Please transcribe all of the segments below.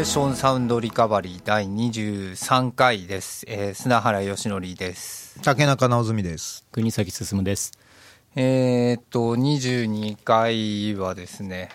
ーションサウンドリカバリー第23回です。砂原義則です。 竹中直澄です。 国崎進です。 22回はですね、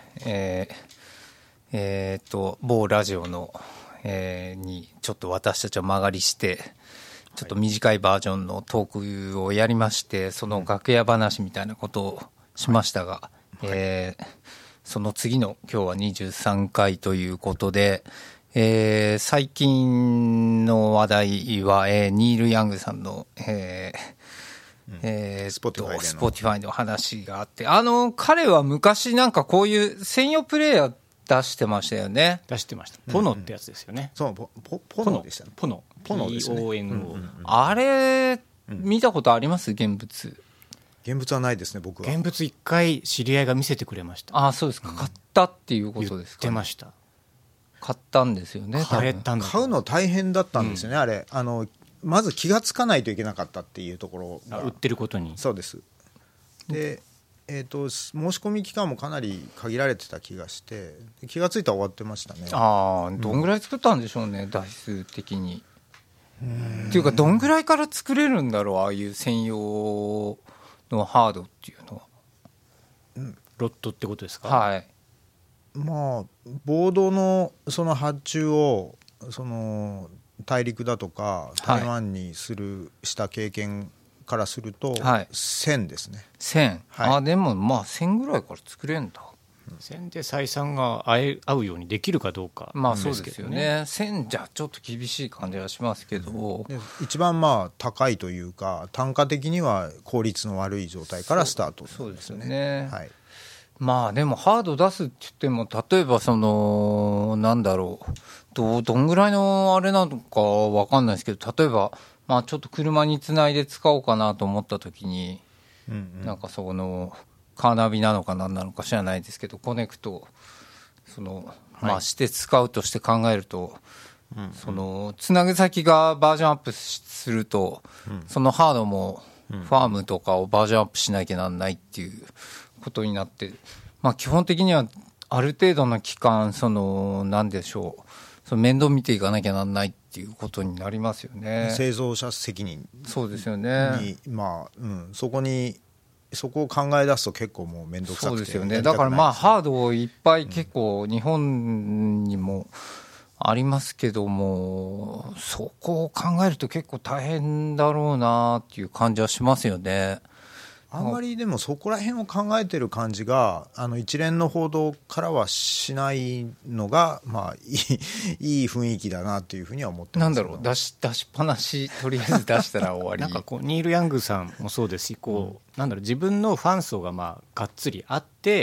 某ラジオの、にちょっと私たちは間借りしてちょっと短いバージョンのトークをやりまして、その楽屋話みたいなことをしましたが、その次の今日は23回ということで、最近の話題は、ニール・ヤングさんの、Spotify の話があって、彼は昔なんかこういう専用プレイヤー出してましたよね。 出してました。ポノってやつですよね。 そう、ポノでしたね。 ポノですね。PONO。 あれ見たことあります？現物。 現物はないですね、僕は。 現物一回知り合いが見せてくれました。 あ、そうですか。買ったっていうことですか、ね。 言ってました。 買ったんですよね。 買うの大変だったんですよね、あれ。まず気がつかないといけなかったっていうところが。 売ってることに。 そうです。で、申し込み期間もかなり限られてた気がして、気がついたら終わってましたね。 どんぐらい作ったんでしょうね、台数的に。っていうか、どんぐらいから作れるんだろう、ああいう専用のハードっていうのは。 ロットってことですか？ はい。 まあボードのその発注をその大陸だとか台湾にした経験からすると、1000ですね。 1000、はい、でもまあ1000ぐらいから作れるんだ。 1000で採算が合うようにできるかどうか、 まあそうですよね。1000じゃちょっと厳しい感じはしますけど、 一番まあ高いというか単価的には効率の悪い状態からスタートですね。 そうですよね。 はい。 まあでもハード出すって言っても、例えばそのなんだろう、どんぐらいのあれなのかわかんないですけど、例えばまあちょっと車につないで使おうかなと思った時に、なんかそのカーナビなのか何なのか知らないですけど、コネクトまあして使うとして考えると、そのつなぐ先がバージョンアップすると、そのハードもファームとかをバージョンアップしなきゃなんないっていうことになって、まあ基本的にはある程度の期間なんでしょう、その面倒見ていかなきゃなんないっていうことになりますよね。 製造者責任。 そうですよね。 まあそこを考え出すと結構もう面倒くさくて。 そうですよね。だからまあハードをいっぱい結構日本にもありますけども、そこを考えると結構大変だろうなっていう感じはしますよね。 あんまりでもそこら辺を考えてる感じが一連の報道からはしないのが、まあいい雰囲気だなというふうには思ってます。 なんだろう、出しっぱなし、とりあえず出したら終わり。 なんかこうニール・ヤングさんもそうですし、なんだろう、自分のファン層がまあがっつりあって、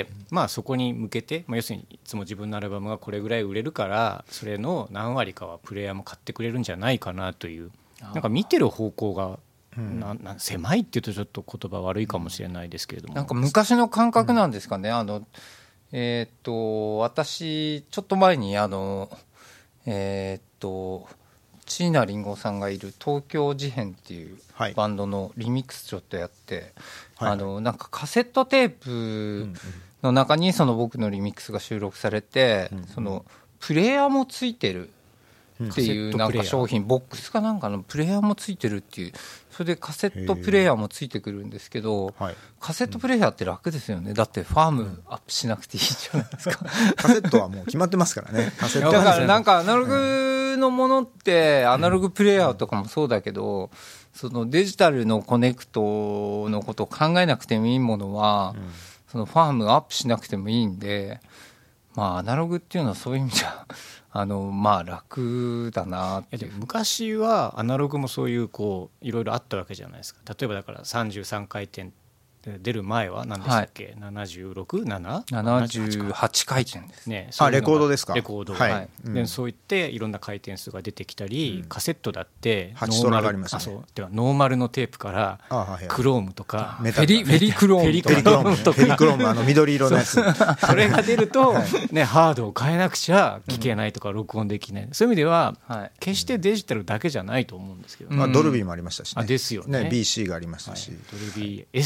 まあそこに向けて、要するにいつも自分のアルバムがこれぐらい売れるから、それの何割かはプレイヤーも買ってくれるんじゃないかなという、なんか見てる方向が狭いっていうとちょっと言葉悪いかもしれないですけれども、 なんか昔の感覚なんですかね。私ちょっと前に椎名林檎さんがいる東京事変っていうバンドのリミックスちょっとやって、なんかカセットテープの中にその僕のリミックスが収録されて、そのプレイヤーもついてるっていうなんか商品、ボックスかなんかのプレイヤーもついてるっていう、それでカセットプレイヤーもついてくるんですけど、カセットプレイヤーって楽ですよね。だってファームアップしなくていいじゃないですか。 カセットはもう決まってますからね。カセットだからなんかアナログのものってアナログプレイヤーとかもそうだけど、そのデジタルのコネクトのことを考えなくてもいいものは、そのファームアップしなくてもいいんで、まあアナログっていうのはそういう意味じゃまあ楽だなっていう。 でも昔はアナログもそういういろいろあったわけじゃないですか。例えばだから33回転出る前は何でしたっけ、 76?78 回転ですね。 レコードですか。 レコード、でそういっていろんな回転数が出てきたり、カセットだって 8トラがありましたね。 ではノーマルのテープからクロームとかフェリクロームとか、フェリクローム緑色のやつそれが出ると、ね、ハードを変えなくちゃ聞けないとか録音できない、そういう意味では決してデジタルだけじゃないと思うんですけど、 ドルビーもありましたしね。 ですよね。 BC がありましたし、 ドルビー S とかも、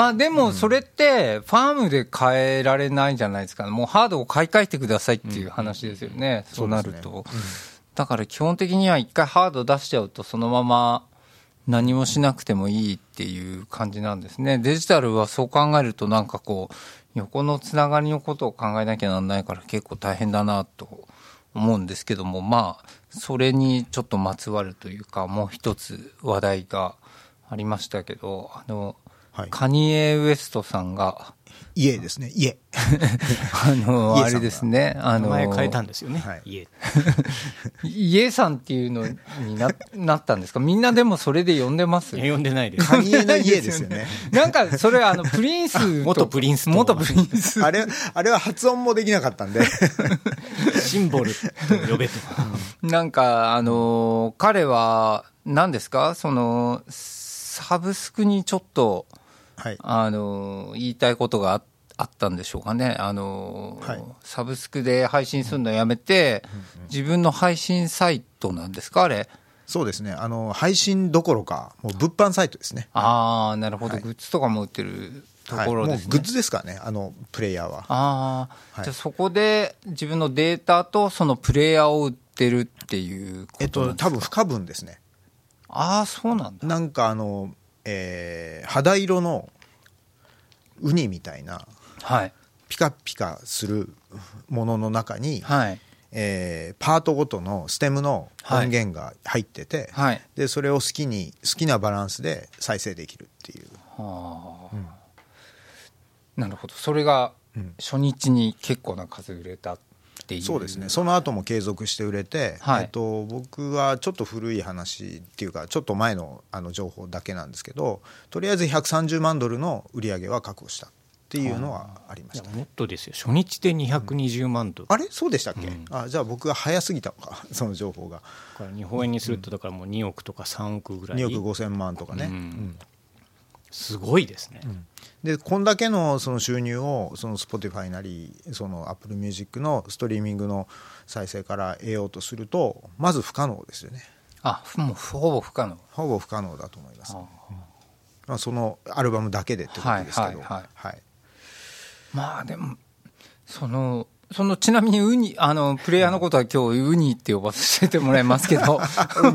まあでもそれってファームで変えられないじゃないですか、もうハードを買い替えてくださいっていう話ですよね、そうなると、だから基本的には一回ハード出しちゃうとそのまま何もしなくてもいいっていう感じなんですね。デジタルはそう考えるとなんかこう横のつながりのことを考えなきゃなんないから結構大変だなと思うんですけども、まあそれにちょっとまつわるというかもう一つ話題がありましたけど、はい、カニエ・ウエストさんが家ですね、家あれですね、 名前変えたんですよね、 はい、 家家さんっていうのに なったんですか。みんなでもそれで呼んでます？ 呼んでないです。 カニエの家ですよねなんかそれプリンス元プリンスあれは発音もできなかったんでシンボルと呼べとなんか彼は何ですか、そのサブスクにちょっとはい、言いたいことがあったんでしょうかね。はい、サブスクで配信するのやめて、自分の配信サイトなんですか、あれ。 そうですね、配信どころかもう物販サイトですね。 ああ、なるほど、はい、グッズとかも売ってるところですね、 はい、もうグッズですからね、プレイヤーは。 ああ、 はい、 じゃあそこで自分のデータとそのプレイヤーを売ってるっていうことなんですか。 多分不可分ですね。 ああ、そうなんだ。 なんか肌色のウニみたいな、 はい、 ピカピカするものの中に、 はいパートごとのステムの音源が入ってて、 はい、 でそれを好きなバランスで再生できるっていう。 はあ、なるほど。それが初日に結構な数売れたっていう。 そうですね、その後も継続して売れて、 はい、 僕はちょっと古い話っていうかちょっと前の情報だけなんですけど、とりあえず130万ドルの売り上げは確保したっていうのはありました、ね。 もっとですよ、初日で220万ドル、 あれそうでしたっけ、じゃあ僕が早すぎたのかその情報が。 日本円にするとだからもう2億とか3億ぐらい、 2億5000万とかね、 すごいですね、 でこんだけのその収入をその Spotify なりその Apple Music のストリーミングの再生から得ようとするとまず不可能ですよね。 もうほぼ不可能。 ほぼ不可能だと思います。そのアルバムだけでってことですけど、 まあでもそのちなみにウニプレイヤーのことは今日ウニって呼ばせてもらいますけど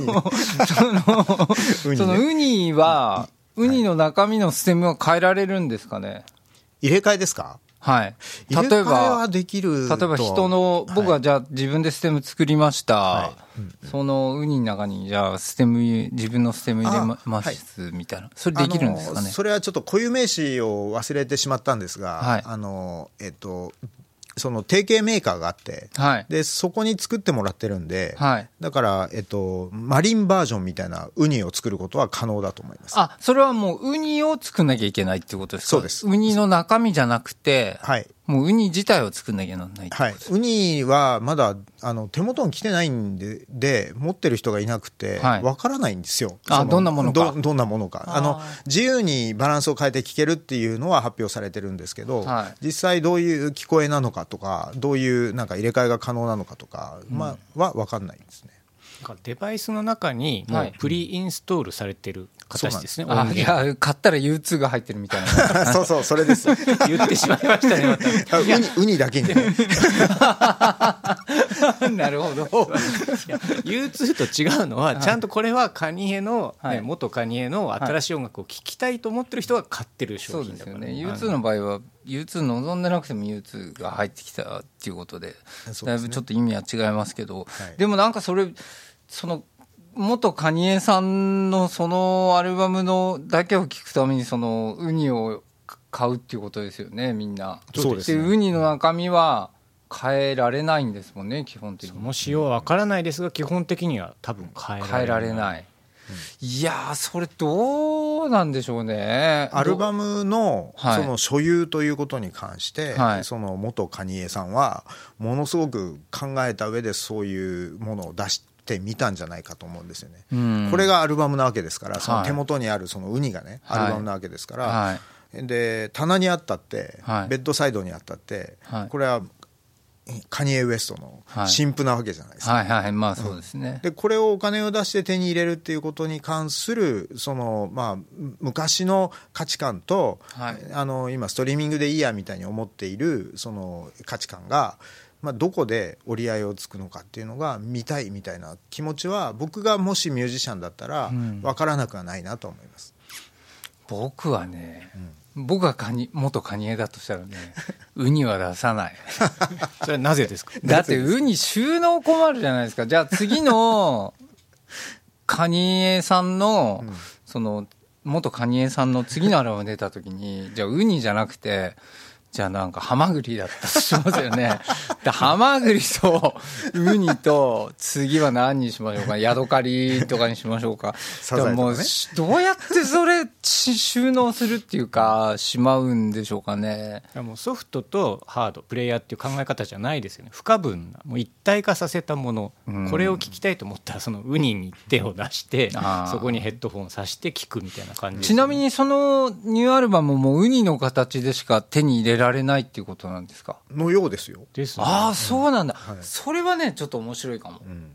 そのウニはウニの中身のステムは変えられるんですかね。 入れ替えですか。 はい、 入れ替えはできると。 例えば人の僕はじゃあ自分でステム作りました、そのウニの中にじゃあ自分のステム入れますみたいな、それできるんですかね。 それはちょっと固有名詞を忘れてしまったんですが、その提携メーカーがあって、でそこに作ってもらってるんで、だから、マリンバージョンみたいなウニを作ることは可能だと思います。 それはもうウニを作んなきゃいけないっていうことですか。 そうです。 ウニの中身じゃなくて、もうウニ自体を作んなきゃならないってことですか。 ウニはまだ手元に来てないんで持ってる人がいなくてわからないんですよ。 どんなものか。 どんなものか。自由にバランスを変えて聴けるっていうのは発表されてるんですけど、実際どういう聞こえなのかとか、どういうなんか入れ替えが可能なのかとか、は分かんないんですね。 デバイスの中にもうプリインストールされてる形ですね。 いや買ったら U2 が入ってるみたいなそうそれです言ってしまいましたねまたウニだけにねなるほど。 U2 と違うのはちゃんとこれはカニエの、元カニエの新しい音楽を聴きたいと思ってる人が買ってる商品だから。 そうですよね。U2 の場合は U2 望んでなくても U2 が入ってきたっていうことでだいぶちょっと意味は違いますけど、でもなんかその元カニエさんのそのアルバムのだけを聴くためにそのウニを買うっていうことですよね、みんな。 そうですね。 ウニの中身は変えられないんですもんね、基本的に。 その仕様は分からないですが基本的には多分変えられない。 いやそれどうなんでしょうね。 アルバムのその所有ということに関して、その元カニエさんはものすごく考えた上でそういうものを出してみたんじゃないかと思うんですよね。これがアルバムなわけですから、その手元にあるそのウニがね、アルバムなわけですから、で棚にあったって、ベッドサイドにあったって、これはカニエ・ウエストの新婦なわけじゃないですか、 はいはいはい、まあそうですね、 でこれをお金を出して手に入れるっていうことに関するその、まあ、昔の価値観と、はい、今ストリーミングでいいやみたいに思っているその価値観が、まあ、どこで折り合いをつくのかっていうのが見たいみたいな気持ちは僕がもしミュージシャンだったら分からなくはないなと思います、 僕はね、僕が元カニエだとしたらねウニは出さないそれはなぜですか？ だってウニ収納困るじゃないですか。じゃあ次のカニエさんの、その元カニエさんの次のアルバム出た時にじゃあウニじゃなくてじゃあなんかハマグリだったとしますよね。でハマグリとウニと次は何にしましょうか、ヤドカリとかにしましょうか。 サザエとかね、 もうどうやってそれ収納するっていうかしまうんでしょうかね。 もうソフトとハードプレイヤーっていう考え方じゃないですよね。不可分なもう一体化させたもの、これを聞きたいと思ったらそのウニに手を出してそこにヘッドホンを挿して聞くみたいな感じです、ね、 ちなみにそのニューアルバムもウニの形でしか手に入れられないっていうことなんですか？ のようですよ。 ですね。 ああそうなんだ、 はい、 それはねちょっと面白いかも、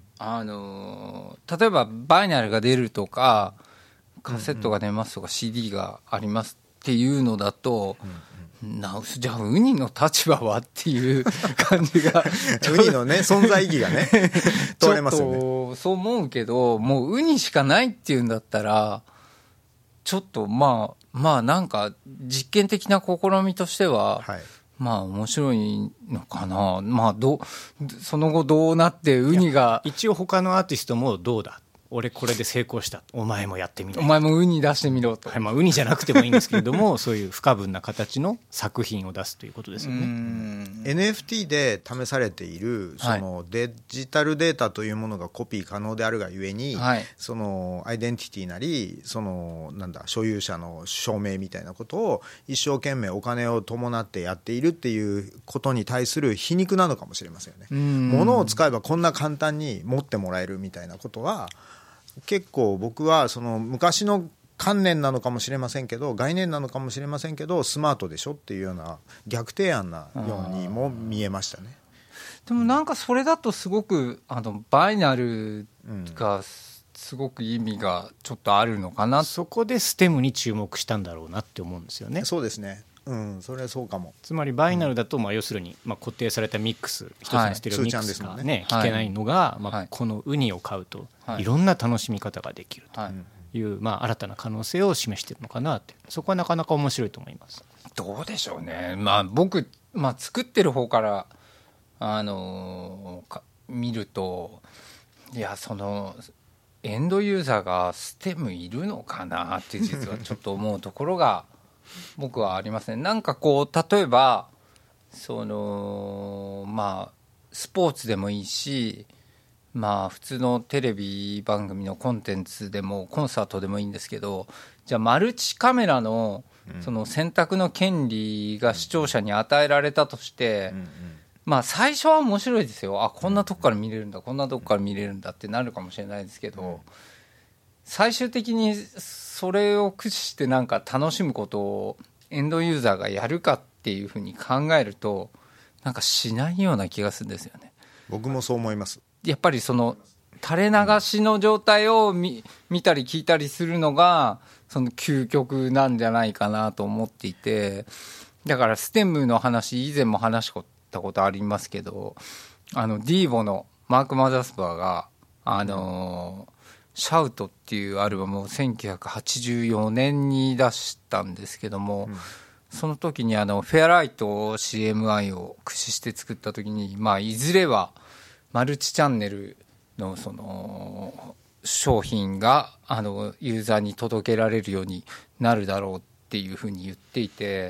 例えばバイナルが出るとかカセットが出ますとか、CD がありますっていうのだと、じゃあウニの立場はっていう感じがウニのね存在意義がね問われますよね。 ちょっとそう思うけど、もうウニしかないっていうんだったらちょっとまあなんか実験的な試みとしては、はい、まあ面白いのかな。まあその後どうなってウニが一応他のアーティストもどうだ、俺これで成功した、お前もやってみろ、 お前もウニ出してみろと、 はい、まあ、ウニじゃなくてもいいんですけれどもそういう不可分な形の作品を出すということですよね。 NFT で試されているそのデジタルデータというものがコピー可能であるがゆえに、はい、そのアイデンティティなりその所有者の証明みたいなことを一生懸命お金を伴ってやっているっていうことに対する皮肉なのかもしれませんよね。物を使えばこんな簡単に持ってもらえるみたいなことは結構僕はその昔の観念なのかもしれませんけど、概念なのかもしれませんけどスマートでしょっていうような逆提案なようにも見えましたね。 でもなんかそれだとすごくバイナルがすごく意味がちょっとあるのかな、 そこでステムに注目したんだろうなって思うんですよね。 そうですね、それはそうかも。 つまりバイナルだと要するに固定されたミックス、一つのステレオミックスがね聞けないのがこのウニを買うといろんな楽しみ方ができるという新たな可能性を示しているのかなって、そこはなかなか面白いと思います。 どうでしょうね。僕作ってる方から見ると、いやそのエンドユーザーがステムいるのかなって実はちょっと思うところが僕はありますね。なんかこう例えばそのスポーツでもいいし、普通のテレビ番組のコンテンツでもコンサートでもいいんですけど、じゃあマルチカメラのその選択の権利が視聴者に与えられたとして、最初は面白いですよ。こんなとこから見れるんだ、こんなとこから見れるんだってなるかもしれないですけど、最終的にそれを駆使してなんか楽しむことをエンドユーザーがやるかっていうふうに考えるとなんかしないような気がするんですよね。 僕もそう思います。 やっぱりその垂れ流しの状態を見たり聞いたりするのがその究極なんじゃないかなと思っていて、だからステムの話以前も話したことありますけど、ディーボのマーク・マザスバーがシャウトっていうアルバムを1984年に出したんですけども、その時にフェアライト CMI を駆使して作った時に、いずれはマルチチャンネルのその商品がユーザーに届けられるようになるだろうっていうふうに言っていて、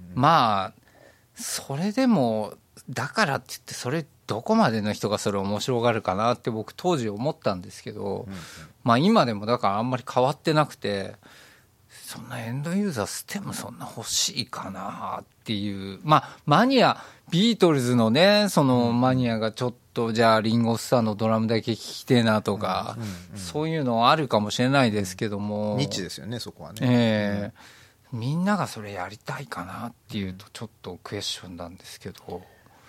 それでもだからって言ってそれどこまでの人がそれ面白がるかなって僕当時思ったんですけど、今でもだからあんまり変わってなくて、そんなエンドユーザーステムそんな欲しいかなっていう、マニアビートルズのねそのマニアがちょっとじゃあリンゴスターのドラムだけ聴きてえなとか、そういうのあるかもしれないですけども、 ニッチですよねそこはね。 みんながそれやりたいかなっていうとちょっとクエスチョンなんですけど、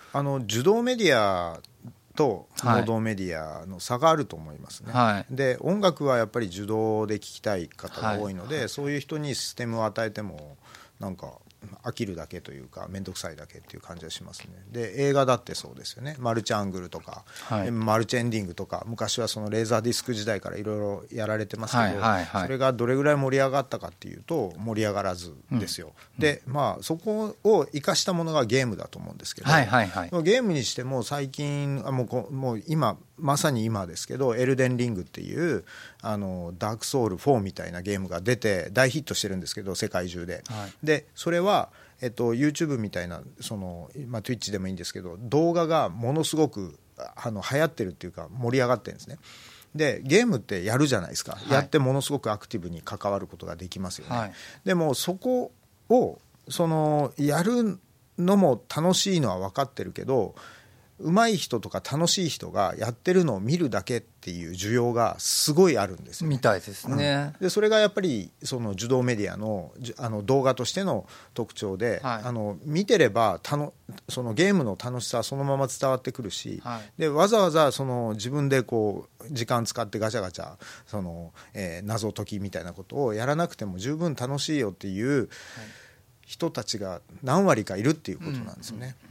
受動メディアと能動メディアの差があると思いますね、 はい、 で音楽はやっぱり受動で聴きたい方が多いので、はい、そういう人にシステムを与えてもなんか飽きるだけというか面倒くさいだけっていう感じがしますね。で映画だってそうですよね。マルチアングルとか、はい、マルチエンディングとか昔はそのレーザーディスク時代からいろいろやられてますけど、はいはいはい、それがどれぐらい盛り上がったかっていうと盛り上がらずですよ、でまあそこを生かしたものがゲームだと思うんですけど、はいはいはい、ゲームにしても最近もう今まさに今ですけどエルデンリングっていうダークソウル4みたいなゲームが出て大ヒットしてるんですけど世界中で、はい、でそれはYouTube みたいなTwitch でもいいんですけど動画がものすごく流行ってるっていうか盛り上がってるんですね。でゲームってやるじゃないですか、はい、やってものすごくアクティブに関わることができますよね、はい、でもそこをやるのも楽しいのは分かってるけど上手い人とか楽しい人がやってるのを見るだけっていう需要がすごいあるんですよ、ね、 みたいですね、 でそれがやっぱりその受動メディアの動画としての特徴で、はい、見てればそのゲームの楽しさはそのまま伝わってくるし、はい、でわざわざ自分でこう時間使ってガチャガチャ謎解きみたいなことをやらなくても十分楽しいよっていう人たちが何割かいるっていうことなんですよね、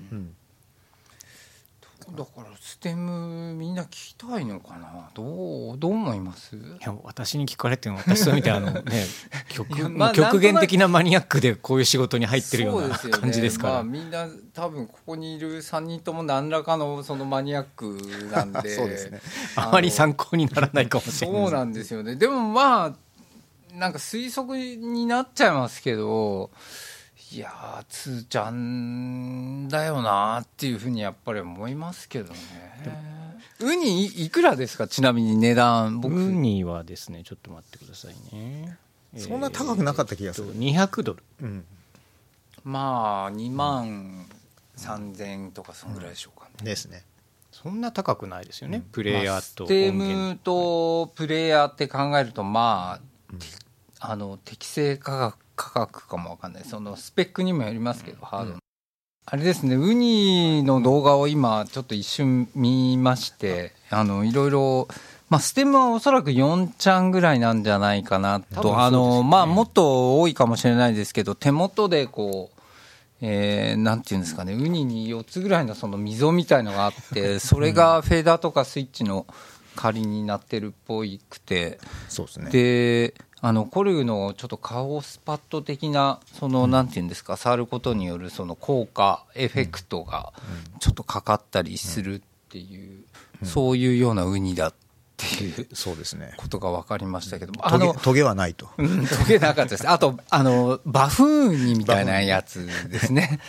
だからステムみんな聞きたいのかな。どう思います？いや私に聞かれても私そう見て極限的なマニアックでこういう仕事に入ってるような感じですから、 みんな多分ここにいる3人とも何らかのそのマニアックなんでそうですね、 あまり参考にならないかもしれない。 そうなんですよね。でもまあなんか推測になっちゃいますけど、いやーつーちゃんだよなっていうふうにやっぱり思いますけどね。ウニいくらですか？ちなみに値段。 ウニはですねちょっと待ってくださいね、 そんな高くなかった気がする、 200ドル、 まあ2万3000とかそんぐらいでしょうかね、 ですね。 そんな高くないですよね、プレイヤーとステムとプレイヤーって考えるとまあ、適正価格かもわかんない。そのスペックにもよりますけど、ハードのあれですね。ウニの動画を今ちょっと一瞬見まして、いろいろ、ステムはおそらく4ちゃんぐらいなんじゃないかなと、もっと多いかもしれないですけど、手元でこうなんていうんですかね、ウニに4つぐらいのその溝みたいのがあってそれがフェーダーとかスイッチの仮になってるっぽくて、 そうですね。 でコルグのちょっと顔スパッド的ななんていうんですか、触ることによるその効果エフェクトがちょっとかかったりするっていう、そういうようなウニだっていうことが分かりましたけども、 トゲはないと、 トゲなかったです。あとバフンウニみたいなやつですね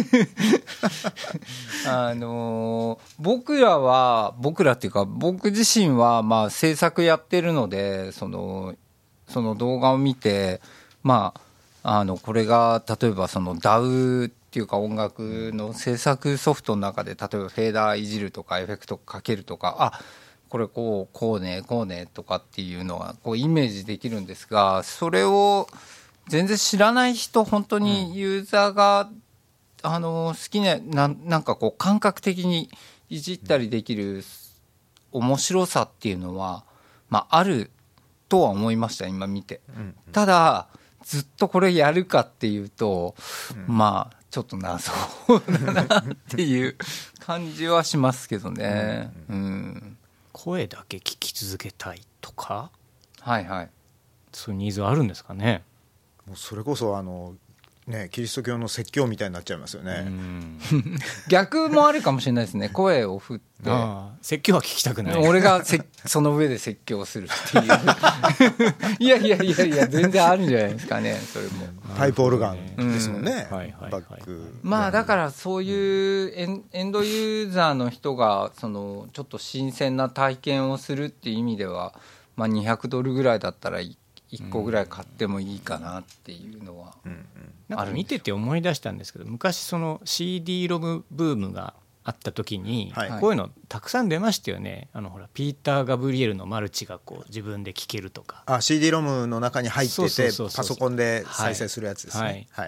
僕らっていうか僕自身は制作やってるのでその動画を見て、これが例えばその DAW っていうか音楽の制作ソフトの中で例えばフェーダーいじるとかエフェクトかけるとか、これこうねとかっていうのはこうイメージできるんですが、それを全然知らない人、本当にユーザーが好きなんかこう感覚的にいじったりできる面白さっていうのはあるとは思いました、今見て。ただずっとこれやるかっていうと、ちょっと謎だなっていう感じはしますけどね。 声だけ聞き続けたいとか、 そういうニーズはあるんですかね。 もうそれこそキリスト教の説教みたいになっちゃいますよね。 逆もあるかもしれないですね。声を振って説教は聞きたくない、 俺がその上で説教するっていういや全然あるんじゃないですかね。それもパイプオルガンですもんね、バック。 だからそういうエンドユーザーの人がちょっと新鮮な体験をするっていう意味では、200ドルぐらいだったら1個ぐらい買ってもいいかなっていうのは、 なんか見てて思い出したんですけど、昔その CD ロムブームがあった時に、こういうのたくさん出ましたよね。ほらピーター・ガブリエルのマルチがこう自分で聴けるとか、 CD ロムの中に入っててパソコンで再生するやつですね。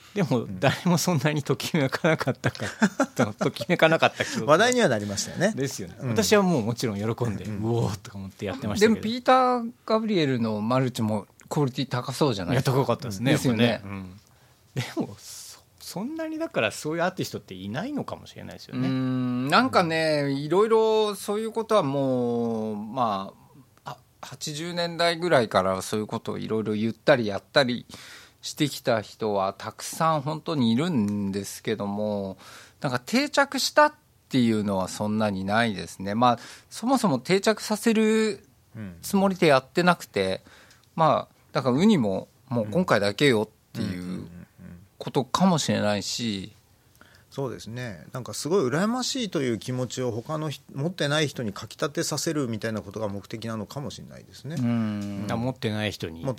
でも誰もそんなにときめかなかったかときめかなかった話題にはなりましたよね。 ですよね、私はもうもちろん喜んで、うおーとか思ってやってましたけど。 でもピーター・ガブリエルのマルチもクオリティ高そうじゃないですか。 高かったですね。 ですよね。 でもそんなにだからそういうアーティストっていないのかもしれないですよね。 なんかね、いろいろそういうことはもうまあ80年代ぐらいからそういうことをいろいろ言ったりやったりしてきた人はたくさん本当にいるんですけども、なんか定着したっていうのはそんなにないですね。まあそもそも定着させるつもりでやってなくて、まあだからウニももう今回だけよっていうことかもしれないし、 そうですね、なんかすごい羨ましいという気持ちを他の持ってない人にかきたてさせるみたいなことが目的なのかもしれないですね。 持ってない人に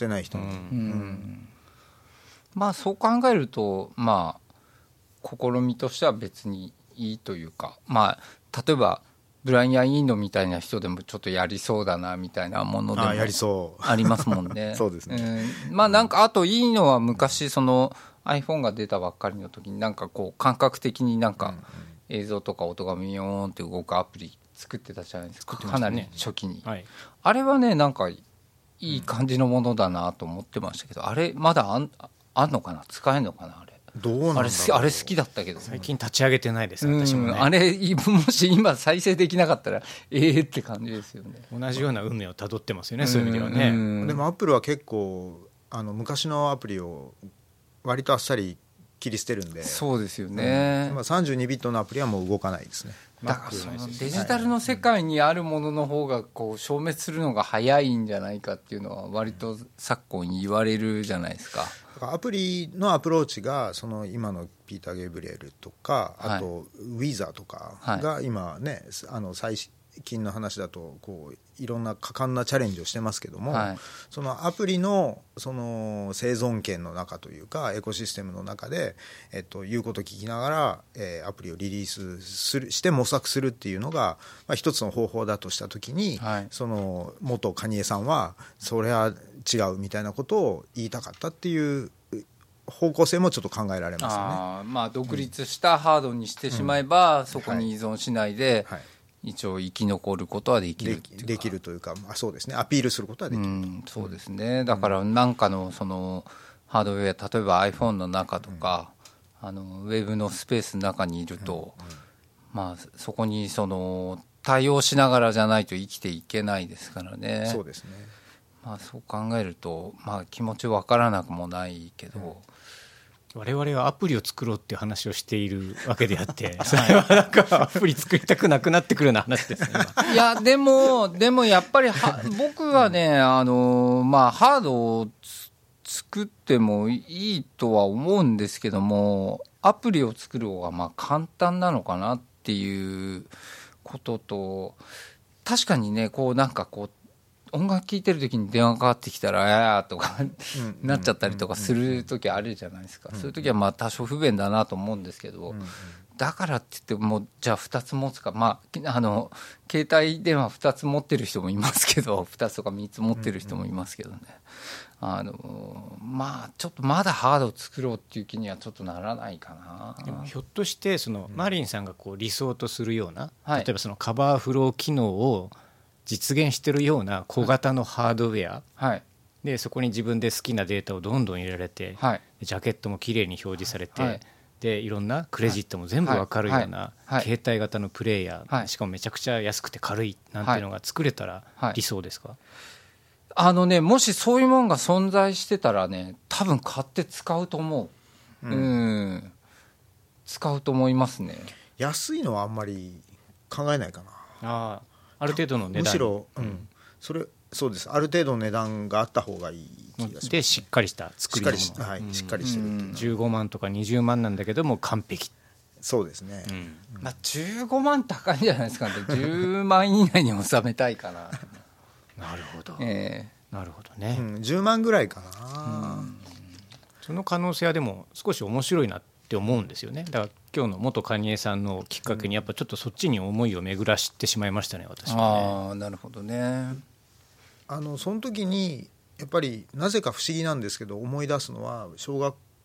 まあそう考えると、まあ試みとしては別にいいというか、まあ例えばブライアン・イーノみたいな人でもちょっとやりそうだなみたいなものでもありますもんね。 そうですね、 まあなんかあといいのは昔そのiPhone が出たばっかりの時になんかこう感覚的になんか映像とか音がミヨーンって動くアプリ作ってたじゃないですか、かなり初期に、あれはねなんかいい感じのものだなと思ってましたけど、あれまだあんのかな、使えるのかな、あれどうなんだろう。 あれ好きだったけど最近立ち上げてないです、私もね。 あれもし今再生できなかったらって感じですよね。 同じような運命をたどってますよね、そういう意味ではね。 でもアップルは結構昔のアプリを割とあっさり切り捨てるんで。 そうですよね、 32ビットのアプリはもう動かないですね。 だからそのデジタルの世界にあるものの方がこう消滅するのが早いんじゃないかっていうのは割と昨今言われるじゃないですか。 アプリのアプローチがその今のピーター・ゲイブリエルとか、あとウィザーとかが今ね、最近の話だとこういろんな果敢なチャレンジをしてますけども、そのアプリのその生存権の中というかエコシステムの中で、言うことを聞きながら、アプリをリリースして模索するっていうのが、一つの方法だとしたときに、その元カニエさんはそれは違うみたいなことを言いたかったっていう方向性もちょっと考えられますよね。 まあ、独立したハードにしてしまえば、そこに依存しないで、一応生き残ることはできるできるというか、そうですね、アピールすることはできると。 そうですね。だから何かのそのハードウェア、例えば iPhone の中とか、ウェブのスペースの中にいると、まあそこにその対応しながらじゃないと生きていけないですからね。 そうですね。 まあそう考えると、まあ気持ち分からなくもないけど。 我々はアプリを作ろうっていう話をしているわけであってそれはなんかアプリ作りたくなくなってくるような話ですね。 いやでもやっぱり僕はね、まあハードを作ってもいいとは思うんですけども、アプリを作る方がまあ簡単なのかなっていうことと、確かにねこうなんかこう音楽聴いてる時に電話かかってきたらとかなっちゃったりとかする時あるじゃないですか。そういう時はまあ多少不便だなと思うんですけど、だからって言ってもじゃあ2つ持つか、まあ携帯電話2つ持ってる人もいますけど、2つとか3つ持ってる人もいますけどね、まあちょっとまだハードを作ろうっていう気にはちょっとならないかな。 でもひょっとしてそのマリンさんがこう理想とするような、例えばそのカバーフロー機能を実現してるような小型のハードウェア、でそこに自分で好きなデータをどんどん入れられて、ジャケットもきれいに表示されて、でいろんなクレジットも全部分かるような携帯型のプレイヤー、しかもめちゃくちゃ安くて軽いなんていうのが作れたら理想ですか？ もしそういうものが存在してたらね、多分買って使うと思う。使うと思いますね。 安いのはあんまり考えないかな。 ある程度の値段、 むしろ、そうです。ある程度の値段があった方がいい気がします。 でしっかりした作りのもの、 しっかりしてるっていう 15万とか20万なんだけども完璧。 そうですね、 まあ、15万高いんじゃないですかね。10万以内に収めたいかな。 なるほど、なるほどね、 10万ぐらいかな、 その可能性はでも少し面白いなって思うんですよね。だから今日の元カニエさんのきっかけにやっぱちょっとそっちに思いを巡らしてしまいましたね、私はね。 なるほどね。 その時にやっぱりなぜか不思議なんですけど思い出すのは小学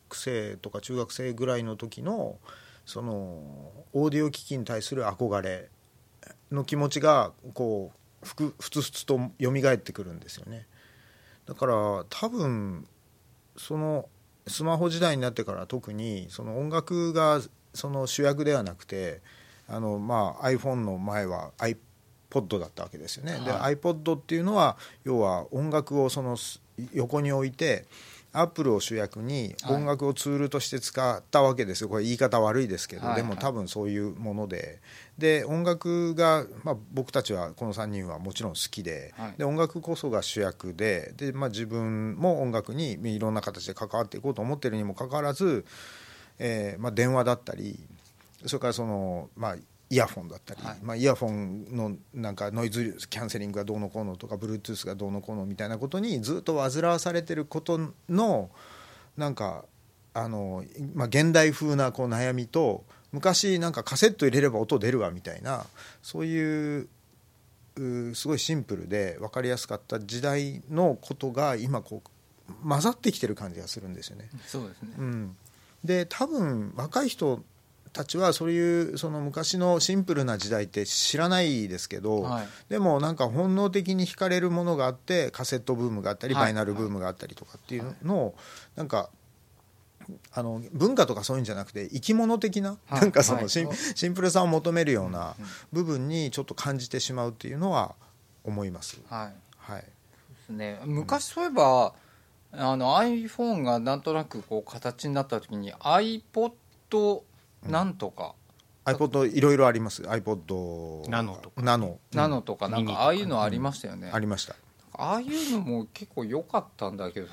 生とか中学生ぐらいの時のそのオーディオ機器に対する憧れの気持ちがこうふつふつと蘇ってくるんですよね。だから多分そのスマホ時代になってから特にその音楽がその主役ではなくてiPhone の前は iPod だったわけですよね。で iPod っていうのは要は音楽をその横に置いてアップルを主役に音楽をツールとして使ったわけですよ。これ言い方悪いですけど、でも多分そういうもので音楽が、僕たちはこの3人はもちろん好きで、で音楽こそが主役で、自分も音楽にいろんな形で関わっていこうと思っているにもかかわらず、電話だったりそれからそのイヤフォンだったり、イヤフォンのなんかノイズキャンセリングがどうのこうのとか Bluetooth がどうのこうのみたいなことにずっと煩わされてることのなんか現代風なこう悩みと、昔なんかカセット入れれば音出るわみたいな、そういうすごいシンプルで分かりやすかった時代のことが今こう混ざってきてる感じがするんですよね。 そうですね、 で多分若い人たちはそういうその昔のシンプルな時代って知らないですけど、でもなんか本能的に惹かれるものがあって、カセットブームがあったりバイナルブームがあったりとかっていうのをなんか文化とかそういうんじゃなくて生き物的ななんかそのシンプルさを求めるような部分にちょっと感じてしまうっていうのは思います。 ですね。昔そういえばiPhone がなんとなくこう形になった時に iPod なんとか、 iPod いろいろあります。 iPod ナノとかナノとかなんかああいうのありましたよね。 ありました。 ああいうのも結構良かったんだけど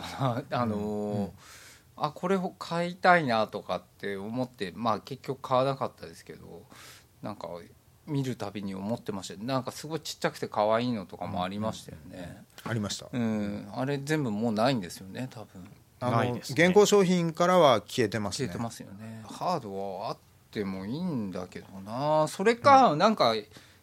なこれを買いたいなとかって思って、結局買わなかったですけど、なんか見るたびに思ってました。なんかすごいちっちゃくて可愛いのとかもありましたよね。 ありました。 あれ全部もうないんですよね、多分。 ないですね。 現行商品からは消えてますね。 消えてますよね。ハードはあってもいいんだけどな。それかなんか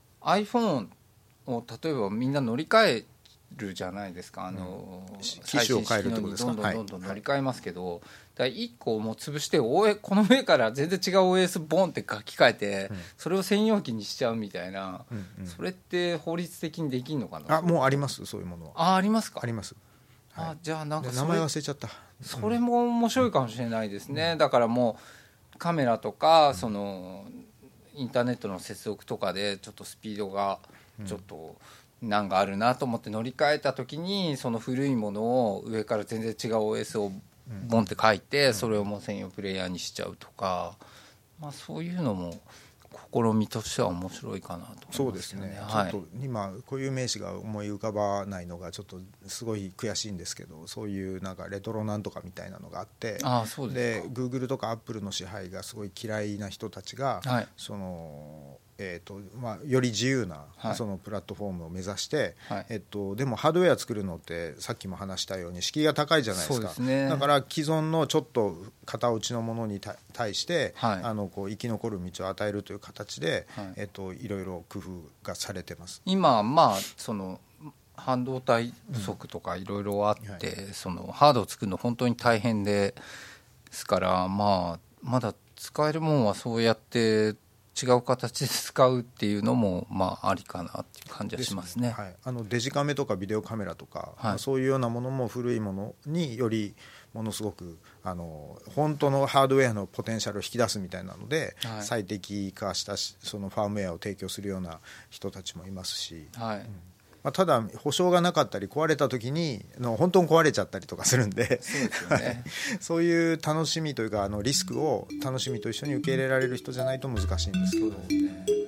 iPhone を例えばみんな乗り換えるじゃないですか。 機種を変えるってことですか。 どんどん乗り換えますけど、1個もう潰してこの上から全然違う OS ボンって書き換えて、それを専用機にしちゃうみたいな、それって法律的にできるのかな。 もうあります、そういうものは。 ありますか。 あります。 じゃあなんか名前忘れちゃった。 それも面白いかもしれないですね。だからもうカメラとかそのインターネットの接続とかでちょっとスピードがちょっと難があるなと思って乗り換えた時に、その古いものを上から全然違う OS をボンって書いて、それをもう専用プレイヤーにしちゃうとか、そういうのも試みとしては面白いかなと思いますよね。 そうですね。ちょっと今こういう名詞が思い浮かばないのがちょっとすごい悔しいんですけど、そういうなんかレトロなんとかみたいなのがあって、 そうですか。 で Google とか Apple の支配がすごい嫌いな人たちが、そのより自由なそのプラットフォームを目指して、でもハードウェア作るのってさっきも話したように敷居が高いじゃないですか。 そうですね。 だから既存のちょっと型落ちのものに対して、こう生き残る道を与えるという形で、いろいろ工夫がされてます。 今その半導体不足とかいろいろあって、そのハードを作るの本当に大変ですから、まだ使えるもんはそうやって違う形で使うっていうのもありかなっていう感じはしますね。 デジカメとかビデオカメラとか、そういうようなものも古いものによりものすごく本当のハードウェアのポテンシャルを引き出すみたいなので、最適化したそのファームウェアを提供するような人たちもいますし、ただ保証がなかったり壊れた時に本当に壊れちゃったりとかするんで、そういう楽しみというかリスクを楽しみと一緒に受け入れられる人じゃないと難しいんですけど。